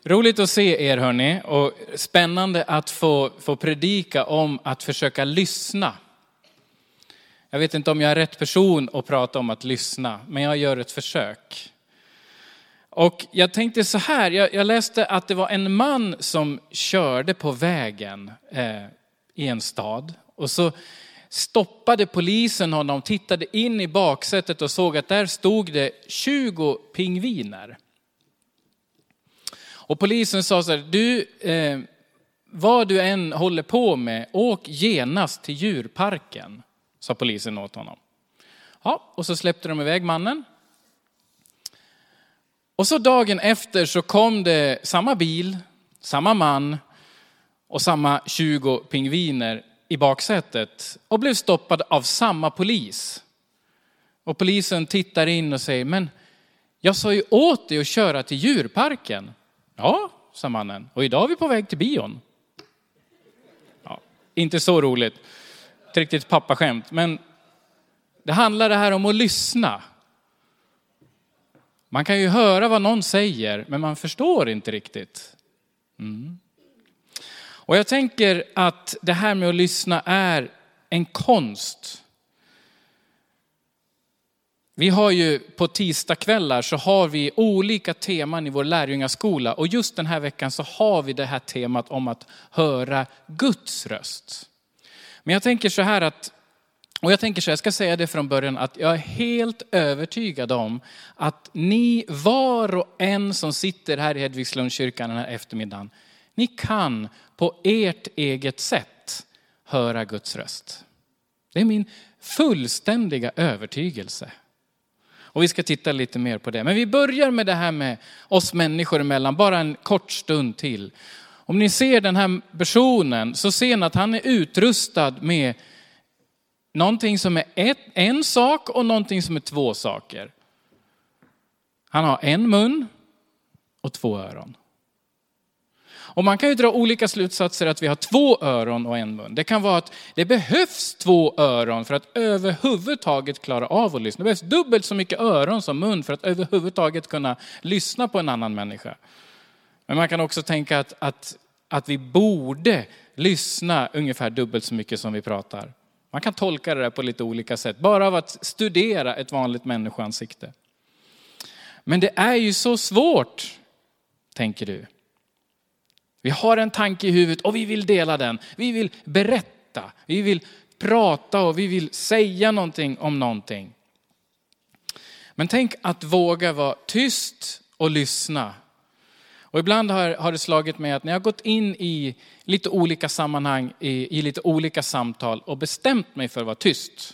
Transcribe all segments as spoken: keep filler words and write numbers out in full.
Roligt att se er hörni, och spännande att få, få predika om att försöka lyssna. Jag vet inte om jag är rätt person att prata om att lyssna, men jag gör ett försök. Och jag tänkte så här, jag, jag läste att det var en man som körde på vägen eh, i en stad. Och så stoppade polisen honom, tittade in i baksätet och såg att där stod det tjugo pingviner. Och polisen sa så här, du, eh, vad du än håller på med, åk genast till djurparken, sa polisen åt honom. Ja, och så släppte de iväg mannen. Och så dagen efter så kom det samma bil, samma man och samma tjugo pingviner i baksätet och blev stoppad av samma polis. Och polisen tittar in och säger, men jag sa ju åt dig att köra till djurparken. Ja, sa mannen. Och idag är vi på väg till bion. Ja, inte så roligt. Ett riktigt pappaskämt. Men det handlar det här om att lyssna. Man kan ju höra vad någon säger, men man förstår inte riktigt. Mm. Och jag tänker att det här med att lyssna är en konst. Vi har ju på tisdagskvällar så har vi olika teman i vår lärjungaskola. Och just den här veckan så har vi det här temat om att höra Guds röst. Men jag tänker så här att, och jag tänker så här, jag ska säga det från början, att jag är helt övertygad om att ni var och en som sitter här i Hedvigslundskyrkan den här eftermiddagen, ni kan på ert eget sätt höra Guds röst. Det är min fullständiga övertygelse. Och vi ska titta lite mer på det. Men vi börjar med det här med oss människor emellan. Bara en kort stund till. Om ni ser den här personen så ser ni att han är utrustad med någonting som är ett, en sak och någonting som är två saker. Han har en mun och två öron. Och man kan ju dra olika slutsatser att vi har två öron och en mun. Det kan vara att det behövs två öron för att överhuvudtaget klara av att lyssna. Det behövs dubbelt så mycket öron som mun för att överhuvudtaget kunna lyssna på en annan människa. Men man kan också tänka att, att, att vi borde lyssna ungefär dubbelt så mycket som vi pratar. Man kan tolka det där på lite olika sätt. Bara av att studera ett vanligt människoansikte. Men det är ju så svårt, tänker du. Vi har en tanke i huvudet och vi vill dela den. Vi vill berätta, vi vill prata och vi vill säga någonting om någonting. Men tänk att våga vara tyst och lyssna. Och ibland har, har det slagit mig att när jag har gått in i lite olika sammanhang, i, i lite olika samtal och bestämt mig för att vara tyst.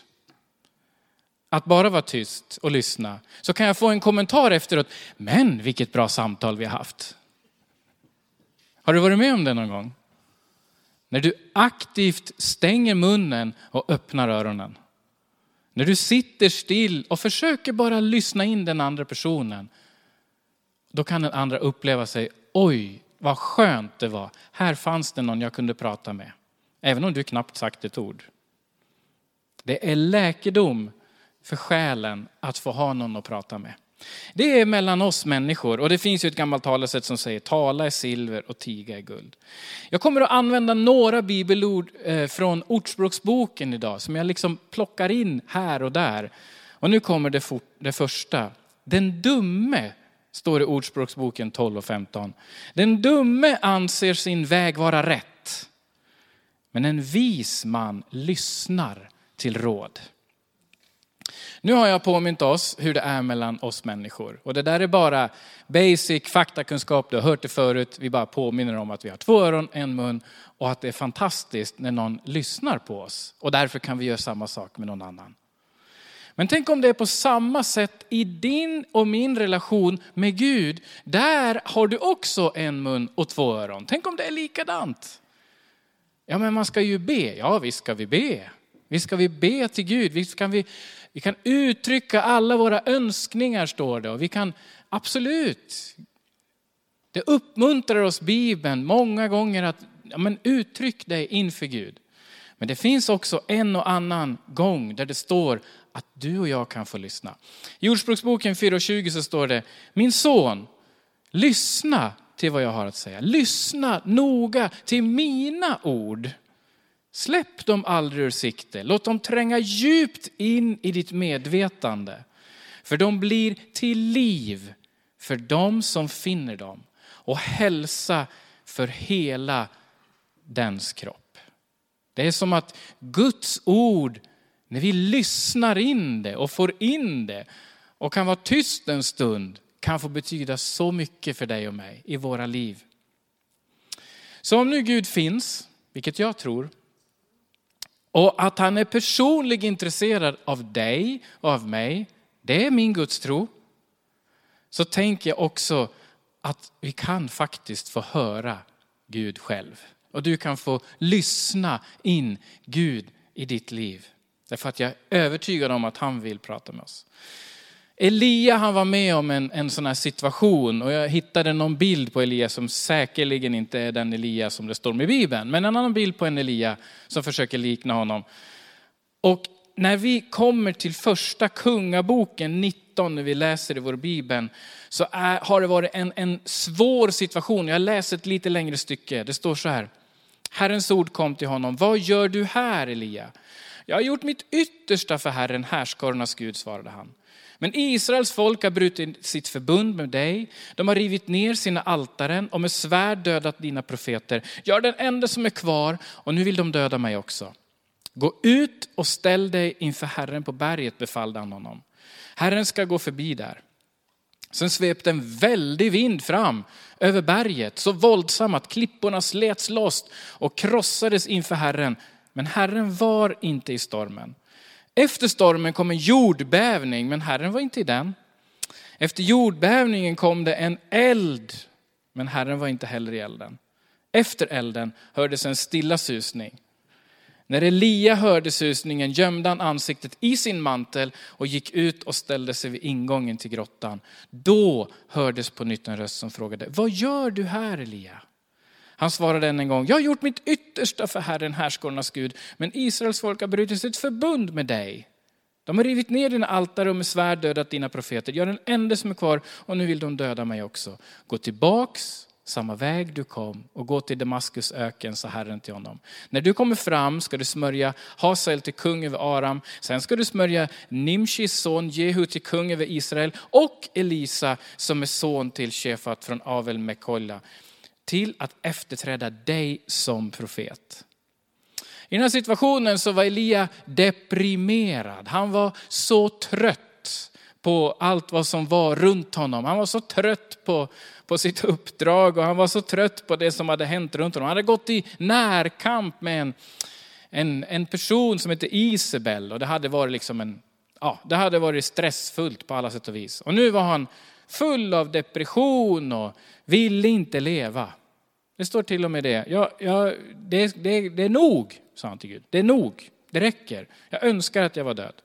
Att bara vara tyst och lyssna. Så kan jag få en kommentar efteråt. Men vilket bra samtal vi har haft. Har du varit med om det någon gång? När du aktivt stänger munnen och öppnar öronen. När du sitter still och försöker bara lyssna in den andra personen. Då kan den andra uppleva sig, oj vad skönt det var. Här fanns det någon jag kunde prata med. Även om du knappt sagt ett ord. Det är läkedom för själen att få ha någon att prata med. Det är mellan oss människor och det finns ju ett gammalt talesätt som säger tala är silver och tiga är guld. Jag kommer att använda några bibelord från Ordspråksboken idag som jag liksom plockar in här och där. Och nu kommer det, fort, det första. Den dumme, står i Ordspråksboken tolv och femton. Den dumme anser sin väg vara rätt. Men en vis man lyssnar till råd. Nu har jag påmint oss hur det är mellan oss människor. Och det där är bara basic faktakunskap. Du har hört det förut. Vi bara påminner om att vi har två öron, en mun. Och att det är fantastiskt när någon lyssnar på oss. Och därför kan vi göra samma sak med någon annan. Men tänk om det är på samma sätt i din och min relation med Gud. Där har du också en mun och två öron. Tänk om det är likadant. Ja, men man ska ju be. Ja, visst ska vi be. Visst ska vi be till Gud. Visst kan vi, vi kan uttrycka alla våra önskningar, står det. Och vi kan, absolut. Det uppmuntrar oss Bibeln många gånger att ja, men uttryck dig inför Gud. Men det finns också en och annan gång där det står att du och jag kan få lyssna. I Ordspråksboken fyra och tjugo så står det: min son, lyssna till vad jag har att säga. Lyssna noga till mina ord. Släpp dem aldrig ur sikte. Låt dem tränga djupt in i ditt medvetande. För de blir till liv för dem som finner dem. Och hälsa för hela dens kropp. Det är som att Guds ord, när vi lyssnar in det och får in det och kan vara tyst en stund, kan få betyda så mycket för dig och mig i våra liv. Så om nu Gud finns, vilket jag tror, och att han är personligt intresserad av dig och av mig, det är min Guds tro, så tänker jag också att vi kan faktiskt få höra Gud själv. Och du kan få lyssna in Gud i ditt liv. Därför att jag är övertygad om att han vill prata med oss. Elia, han var med om en, en sån här situation. Och jag hittade någon bild på Elia som säkerligen inte är den Elia som det står med i Bibeln. Men en annan bild på en Elia som försöker likna honom. Och när vi kommer till första kungaboken nitton, när vi läser i vår Bibeln, så är, har det varit en, en svår situation. Jag läser ett lite längre stycke. Det står så här. Herrens ord kom till honom. Vad gör du här, Elia? Jag har gjort mitt yttersta för Herren, härskarornas Gud, svarade han. Men Israels folk har brutit sitt förbund med dig. De har rivit ner sina altaren och med svärd dödat dina profeter. Jag är den enda som är kvar och nu vill de döda mig också. Gå ut och ställ dig inför Herren på berget, befallde han honom. Herren ska gå förbi där. Sen svepte en väldig vind fram över berget, så våldsam att klipporna slets loss och krossades inför Herren. Men Herren var inte i stormen. Efter stormen kom en jordbävning, men Herren var inte i den. Efter jordbävningen kom det en eld, men Herren var inte heller i elden. Efter elden hördes en stilla susning. När Elia hörde susningen gömde han ansiktet i sin mantel och gick ut och ställde sig vid ingången till grottan. Då hördes på nytt en röst som frågade: vad gör du här, Elia? Han svarade än en gång: jag har gjort mitt yttersta för Herren, härskarornas Gud, men Israels folk har brutit sitt förbund med dig. De har rivit ner dina altare och med svärd dödat dina profeter. Jag är den enda som är kvar och nu vill de döda mig också. Gå tillbaks samma väg du kom och gå till Damaskus öken, sa Herren till honom. När du kommer fram ska du smörja Hazael till kung över Aram. Sen ska du smörja Nimshis son Jehu till kung över Israel och Elisa som är son till Shefat från Avel Mekolla till att efterträda dig som profet. I den här situationen så var Elia deprimerad. Han var så trött på allt vad som var runt honom. Han var så trött på, på sitt uppdrag och han var så trött på det som hade hänt runt honom. Han hade gått i närkamp med en, en, en person som heter Isabel och det hade varit liksom en, ja, det hade varit stressfullt på alla sätt och vis. Och nu var han full av depression och ville inte leva. Det står till och med det. Ja, ja, det, det, det är nog, sa han till Gud. Det är nog, det räcker. Jag önskar att jag var död.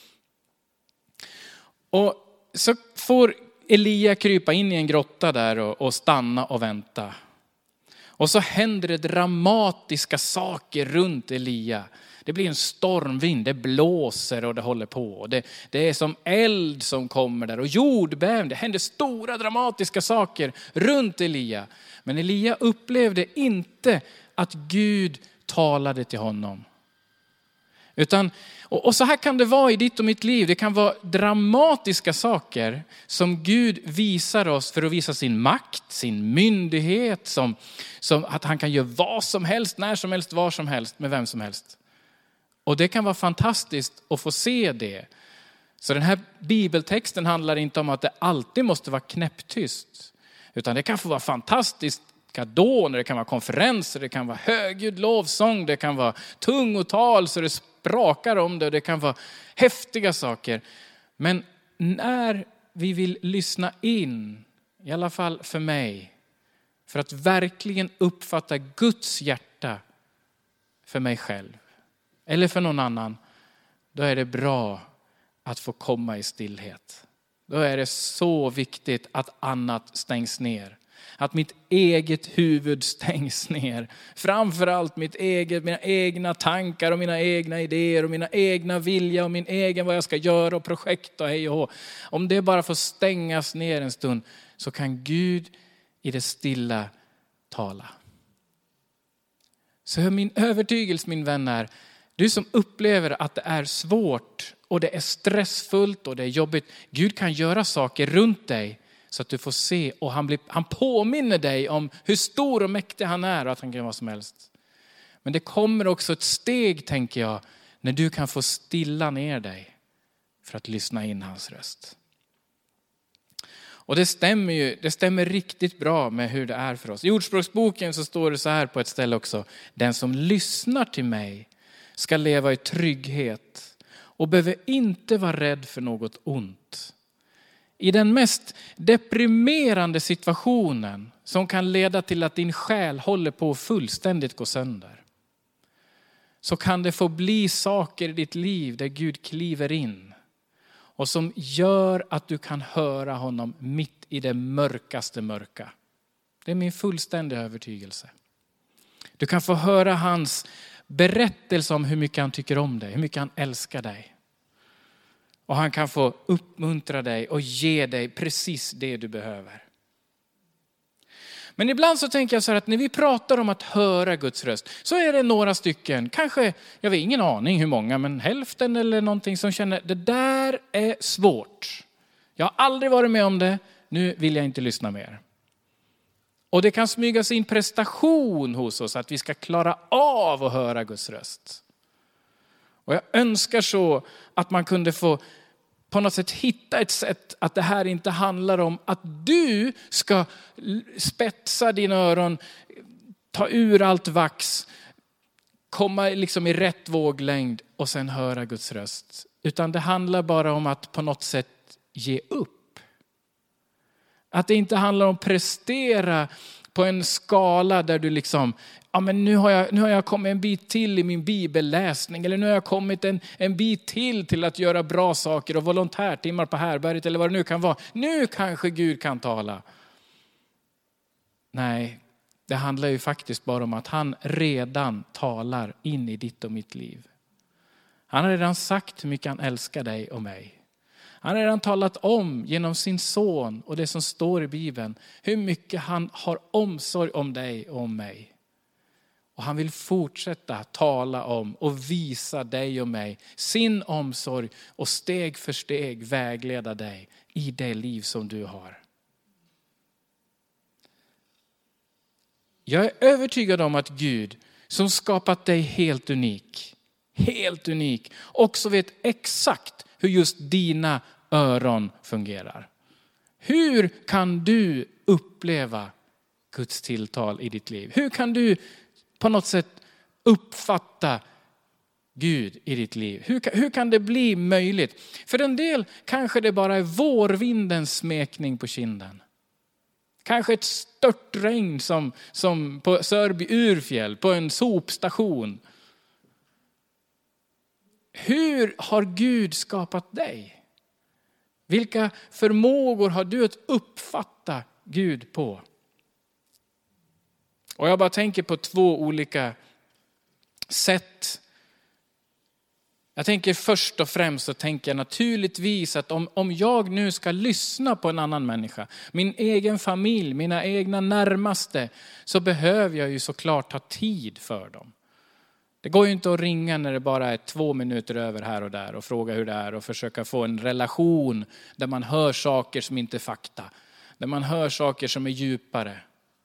Och så får Elia krypa in i en grotta där och, och stanna och vänta. Och så händer det dramatiska saker runt Elia. Det blir en stormvind, det blåser och det håller på. Det, det är som eld som kommer där och jordbävning. Det händer stora dramatiska saker runt Elia. Men Elia upplevde inte att Gud talade till honom. Utan, och, och så här kan det vara i ditt och mitt liv. Det kan vara dramatiska saker som Gud visar oss för att visa sin makt, sin myndighet. Som, som att han kan göra vad som helst, när som helst, var som helst, med vem som helst. Och det kan vara fantastiskt att få se det. Så den här bibeltexten handlar inte om att det alltid måste vara knäpptyst. Utan det kan få vara fantastiskt dån, det kan vara konferenser, det kan vara högljudd lovsång, det kan vara tungotal så det sprakar om det och det kan vara häftiga saker. Men när vi vill lyssna in, i alla fall för mig, för att verkligen uppfatta Guds hjärta för mig själv eller för någon annan, då är det bra att få komma i stillhet. Då är det så viktigt att annat stängs ner. Att mitt eget huvud stängs ner. Framförallt mitt eget, mina egna tankar och mina egna idéer och mina egna vilja och min egen vad jag ska göra och projekt och hej och hå. Om det bara får stängas ner en stund så kan Gud i det stilla tala. Så min övertygelse, min vän, är, du som upplever att det är svårt och det är stressfullt och det är jobbigt. Gud kan göra saker runt dig så att du får se, och han, blir, han påminner dig om hur stor och mäktig han är och att han kan vad som helst. Men det kommer också ett steg, tänker jag, när du kan få stilla ner dig för att lyssna in hans röst. Och det stämmer ju, det stämmer riktigt bra med hur det är för oss. I Ordspråksboken så står det så här på ett ställe också: den som lyssnar till mig ska leva i trygghet och behöver inte vara rädd för något ont. I den mest deprimerande situationen som kan leda till att din själ håller på att fullständigt gå sönder, så kan det få bli saker i ditt liv där Gud kliver in och som gör att du kan höra honom mitt i det mörkaste mörka. Det är min fullständiga övertygelse. Du kan få höra hans berättelse om hur mycket han tycker om dig, hur mycket han älskar dig. Och han kan få uppmuntra dig och ge dig precis det du behöver. Men ibland så tänker jag så här att när vi pratar om att höra Guds röst, så är det några stycken, kanske, jag vet ingen aning hur många, men hälften eller någonting, som känner det där är svårt. Jag har aldrig varit med om det, nu vill jag inte lyssna mer. Och det kan smyga sig in prestation hos oss att vi ska klara av att höra Guds röst. Och jag önskar så att man kunde få på något sätt hitta ett sätt att det här inte handlar om att du ska spetsa dina öron, ta ur allt vax, komma liksom i rätt våglängd och sen höra Guds röst. Utan det handlar bara om att på något sätt ge upp. Att det inte handlar om prestera på en skala där du liksom, ja men nu har jag, nu har jag kommit en bit till i min bibelläsning, eller nu har jag kommit en, en bit till till att göra bra saker och volontärtimmar på härberget eller vad det nu kan vara. Nu kanske Gud kan tala. Nej, det handlar ju faktiskt bara om att han redan talar in i ditt och mitt liv. Han har redan sagt hur mycket han älskar dig och mig. Han har redan talat om genom sin son och det som står i Bibeln hur mycket han har omsorg om dig och om mig. Och han vill fortsätta tala om och visa dig och mig sin omsorg och steg för steg vägleda dig i det liv som du har. Jag är övertygad om att Gud, som skapat dig helt unik, helt unik, också vet exakt hur just dina öron fungerar. Hur kan du uppleva Guds tilltal i ditt liv? Hur kan du på något sätt uppfatta Gud i ditt liv? Hur kan, hur kan det bli möjligt? För en del kanske det bara är vårvindens smekning på kinden. Kanske ett störtregn som, som på Sörby Urfjäll, på en sopstation. Hur har Gud skapat dig? Vilka förmågor har du att uppfatta Gud på? Och jag bara tänker på två olika sätt. Jag tänker först och främst så tänker jag naturligtvis att om, om jag nu ska lyssna på en annan människa, min egen familj, mina egna närmaste, så behöver jag ju såklart ha tid för dem. Det går ju inte att ringa när det bara är två minuter över här och där och fråga hur det är och försöka få en relation där man hör saker som inte är fakta. Där man hör saker som är djupare.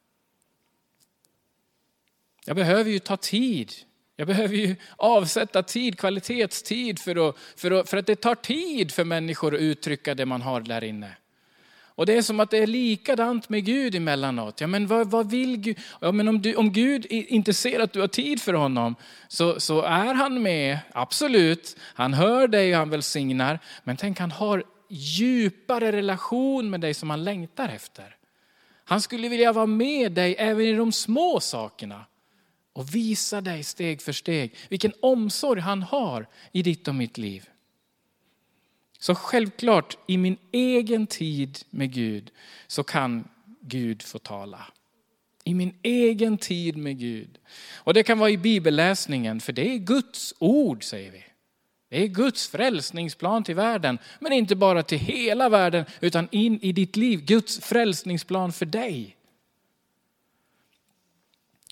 Jag behöver ju ta tid. Jag behöver ju avsätta tid, kvalitetstid för att, för att, för att det tar tid för människor att uttrycka det man har där inne. Och det är som att det är likadant med Gud emellanåt. Ja, men vad, vad vill Gud? Ja, men om, du, om Gud inte ser att du har tid för honom så, så är han med, absolut. Han hör dig och han välsignar. Men tänk, han har djupare relation med dig som han längtar efter. Han skulle vilja vara med dig även i de små sakerna. Och visa dig steg för steg vilken omsorg han har i ditt och mitt liv. Så självklart i min egen tid med Gud så kan Gud få tala. I min egen tid med Gud. Och det kan vara i bibelläsningen, för det är Guds ord, säger vi. Det är Guds frälsningsplan till världen. Men inte bara till hela världen utan in i ditt liv. Guds frälsningsplan för dig.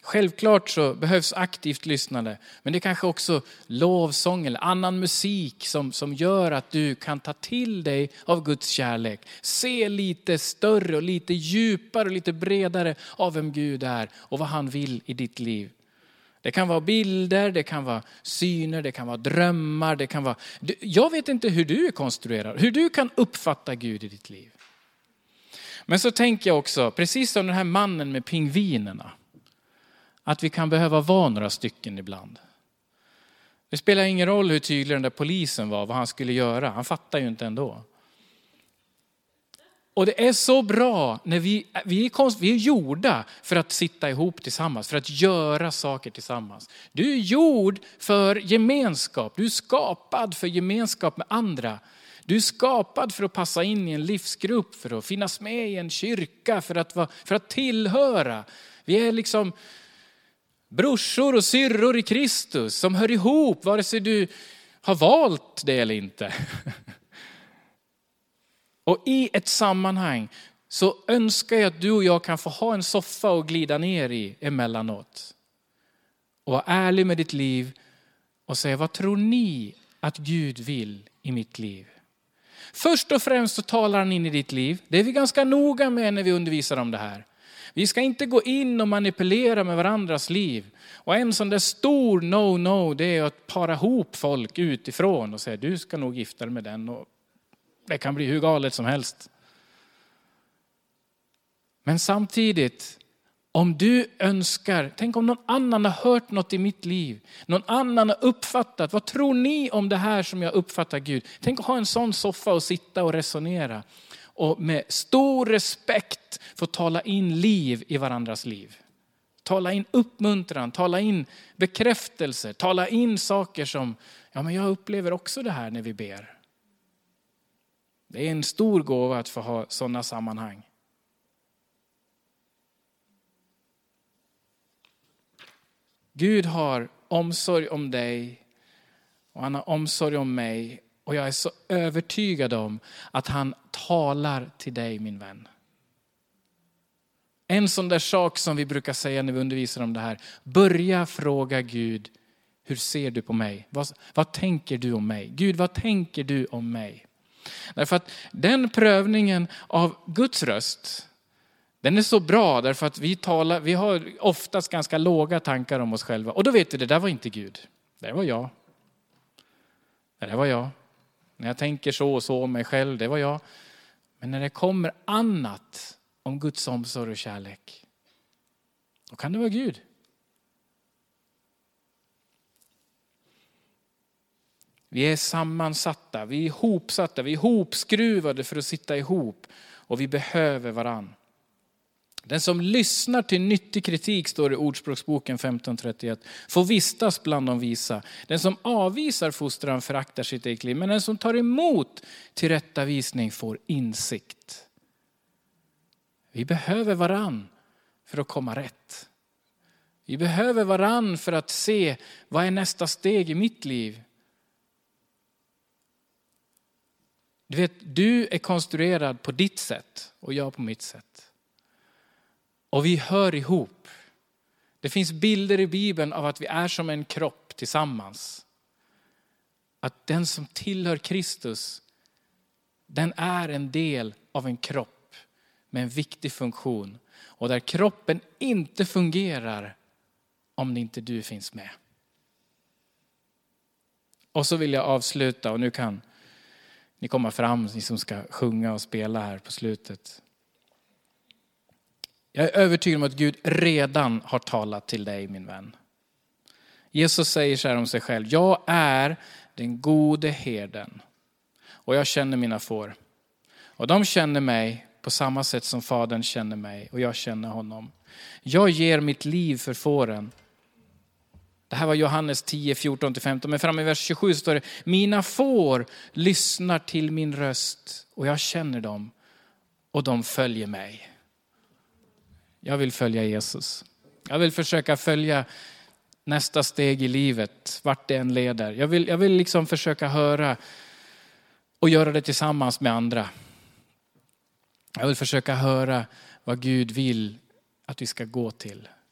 Självklart så behövs aktivt lyssnande, men det är kanske också lovsång eller annan musik som, som gör att du kan ta till dig av Guds kärlek. Se lite större och lite djupare och lite bredare av vem Gud är och vad han vill i ditt liv. Det kan vara bilder, det kan vara syner, det kan vara drömmar, det kan vara... Jag vet inte hur du är konstruerad, hur du kan uppfatta Gud i ditt liv. Men så tänker jag också, precis som den här mannen med pingvinerna, att vi kan behöva vara några stycken ibland. Det spelar ingen roll hur tydlig den där polisen var, vad han skulle göra. Han fattar ju inte ändå. Och det är så bra när vi, vi, är konst, vi är gjorda för att sitta ihop tillsammans, för att göra saker tillsammans. Du är gjord för gemenskap, du är skapad för gemenskap med andra. Du är skapad för att passa in i en livsgrupp, för att finnas med i en kyrka, för att, vara, för att tillhöra. Vi är liksom brorsor och syrror i Kristus som hör ihop, vare sig du har valt det eller inte. Och i ett sammanhang så önskar jag att du och jag kan få ha en soffa och glida ner i emellanåt. Och vara ärlig med ditt liv och säga, vad tror ni att Gud vill i mitt liv? Först och främst så talar han in i ditt liv. Det är vi ganska noga med när vi undervisar om det här. Vi ska inte gå in och manipulera med varandras liv. Och en sån där stor no-no, det är att para ihop folk utifrån och säga, du ska nog gifta dig med den. Och det kan bli hur galet som helst. Men samtidigt, om du önskar, tänk om någon annan har hört något i mitt liv. Någon annan har uppfattat, vad tror ni om det här som jag uppfattar Gud? Tänk att ha en sån soffa och sitta och resonera. Och med stor respekt få tala in liv i varandras liv. Tala in uppmuntran, tala in bekräftelser, tala in saker som, ja men jag upplever också det här när vi ber. Det är en stor gåva att få ha sådana sammanhang. Gud har omsorg om dig och han har omsorg om mig. Och jag är så övertygad om att han talar till dig, min vän. En sån där sak som vi brukar säga när vi undervisar om det här. Börja fråga Gud, hur ser du på mig? Vad, vad tänker du om mig? Gud, vad tänker du om mig? Därför att den prövningen av Guds röst, den är så bra därför att vi talar, vi har oftast ganska låga tankar om oss själva. Och då vet vi, det där var inte Gud. Det var jag. Det där var jag. När jag tänker så och så om mig själv, det var jag. Men när det kommer annat om Guds omsorg och kärlek, då kan det vara Gud. Vi är sammansatta, vi är ihopsatta, vi är ihopskruvade för att sitta ihop. Och vi behöver varann. Den som lyssnar till nyttig kritik, står det i Ordspråksboken femton trettioett, får vistas bland de visa. Den som avvisar fostran föraktar sitt eget liv. Men den som tar emot tillrättavisning får insikt. Vi behöver varann för att komma rätt. Vi behöver varann för att se vad är nästa steg i mitt liv. Du vet, du är konstruerad på ditt sätt och jag på mitt sätt. Och vi hör ihop. Det finns bilder i Bibeln av att vi är som en kropp tillsammans. Att den som tillhör Kristus, den är en del av en kropp med en viktig funktion. Och där kroppen inte fungerar om inte du finns med. Och så vill jag avsluta, och nu kan ni komma fram, ni som ska sjunga och spela här på slutet. Jag är övertygad om att Gud redan har talat till dig, min vän. Jesus säger så här om sig själv: jag är den gode herden och jag känner mina får. Och de känner mig på samma sätt som Fadern känner mig och jag känner honom. Jag ger mitt liv för fåren. Det här var Johannes tio, fjorton till femton. Men fram i vers tjugosju står det: mina får lyssnar till min röst och jag känner dem och de följer mig. Jag vill följa Jesus. Jag vill försöka följa nästa steg i livet, vart det än leder. Jag vill, jag vill liksom försöka höra och göra det tillsammans med andra. Jag vill försöka höra vad Gud vill att vi ska gå till.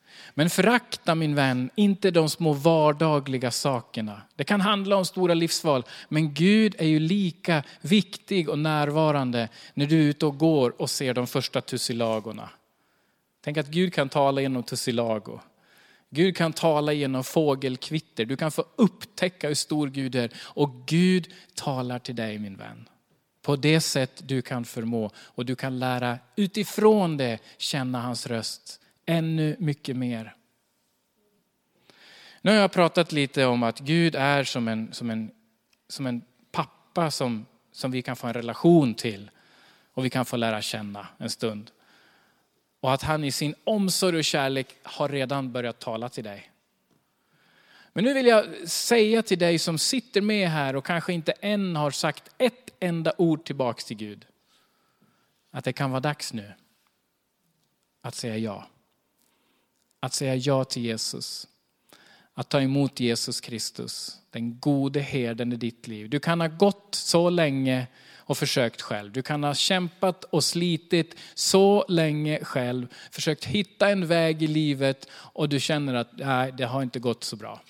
Men förakta min vän, inte de små vardagliga sakerna. Det kan handla om stora livsval, men Gud är ju lika viktig och närvarande när du är ute och går och ser de första tussilagorna. Tänk att Gud kan tala genom tussilago. Gud kan tala genom fågelkvitter. Du kan få upptäcka hur stor Gud är. Och Gud talar till dig, min vän. På det sätt du kan förmå. Och du kan lära utifrån det känna hans röst ännu mycket mer. Nu har jag pratat lite om att Gud är som en, som en, som en pappa som, som vi kan få en relation till. Och vi kan få lära känna en stund. Och att han i sin omsorg och kärlek har redan börjat tala till dig. Men nu vill jag säga till dig som sitter med här och kanske inte än har sagt ett enda ord tillbaks till Gud. Att det kan vara dags nu att säga ja. Att säga ja till Jesus. Att ta emot Jesus Kristus. Den gode herden i ditt liv. Du kan ha gått så länge och försökt själv. Du kan ha kämpat och slitit så länge själv. Försökt hitta en väg i livet och du känner att nej, det har inte gått så bra.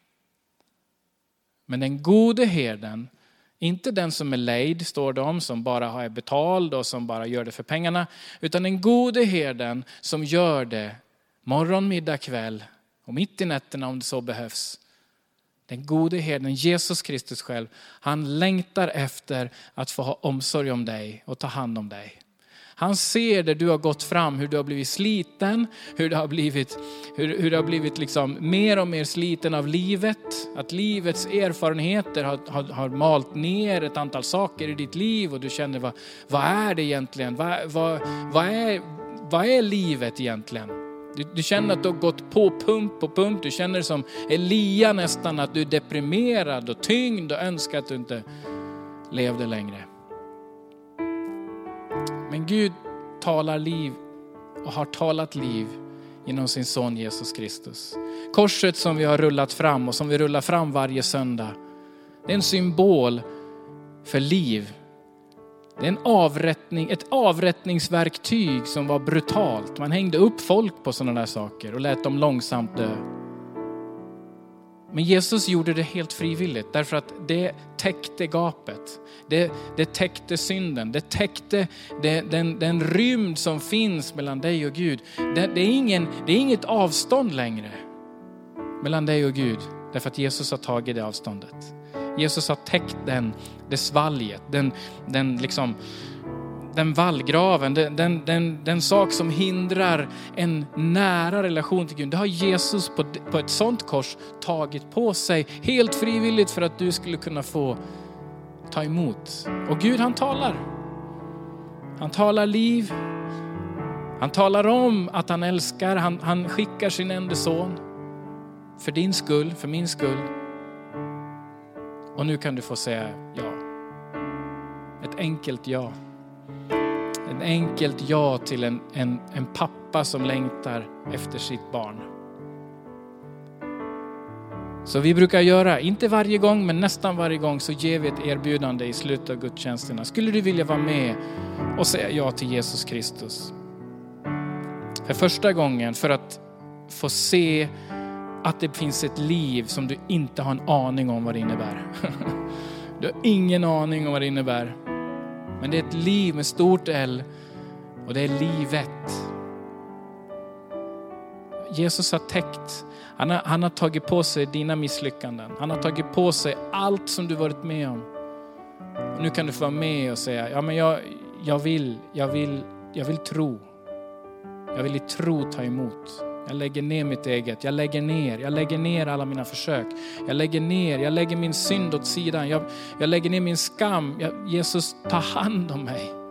Men den gode herden, inte den som är lejd, står det om, som bara har betald och som bara gör det för pengarna. Utan den gode herden som gör det morgon, middag, kväll och mitt i nätterna om det så behövs. Den gode herden, Jesus Kristus själv, han längtar efter att få ha omsorg om dig och ta hand om dig. Han ser det du har gått fram, hur du har blivit sliten, hur det har blivit, hur, hur det har blivit liksom mer och mer sliten av livet. Att livets erfarenheter har, har, har malt ner ett antal saker i ditt liv och du känner, vad, vad är det egentligen? Vad, vad, vad, är, vad är livet egentligen? Du, du känner att du har gått på pump på pump. Du känner som Elia nästan att du är deprimerad och tyngd och önskar att du inte levde längre. Men Gud talar liv och har talat liv genom sin son Jesus Kristus. Korset som vi har rullat fram och som vi rullar fram varje söndag. Det är en symbol för liv. Det är en avrättning, ett avrättningsverktyg som var brutalt. Man hängde upp folk på sådana där saker och lät dem långsamt dö. Men Jesus gjorde det helt frivilligt därför att det täckte gapet. Det, det täckte synden. Det täckte det, den, den rymd som finns mellan dig och Gud. Det, det, är ingen, det är inget avstånd längre mellan dig och Gud. Därför att Jesus har tagit det avståndet. Jesus har täckt den, det svalget, den, den, liksom, den vallgraven, den, den, den, den sak som hindrar en nära relation till Gud. Det har Jesus på, på ett sånt kors tagit på sig helt frivilligt för att du skulle kunna få ta emot. Och Gud, han talar. Han talar liv. Han talar om att han älskar. Han, han skickar sin enda son för din skull, för min skull. Och nu kan du få säga ja. Ett enkelt ja. Ett enkelt ja till en, en, en pappa som längtar efter sitt barn. Så vi brukar göra, inte varje gång men nästan varje gång, så ger vi ett erbjudande i slutet av gudstjänsterna. Skulle du vilja vara med och säga ja till Jesus Kristus? För första gången, för att få se att det finns ett liv som du inte har en aning om vad det innebär. Du har ingen aning om vad det innebär. Men det är ett liv med stort L. Och det är livet. Jesus har täckt. Han har, han har tagit på sig dina misslyckanden. Han har tagit på sig allt som du varit med om. Och nu kan du få vara med och säga, ja men jag, jag vill, jag vill, jag vill tro. Jag vill i tro ta emot. Jag lägger ner mitt eget. Jag lägger ner. Jag lägger ner alla mina försök. Jag lägger ner. Jag lägger min synd åt sidan. Jag, jag lägger ner min skam. Jag, Jesus, ta hand om mig.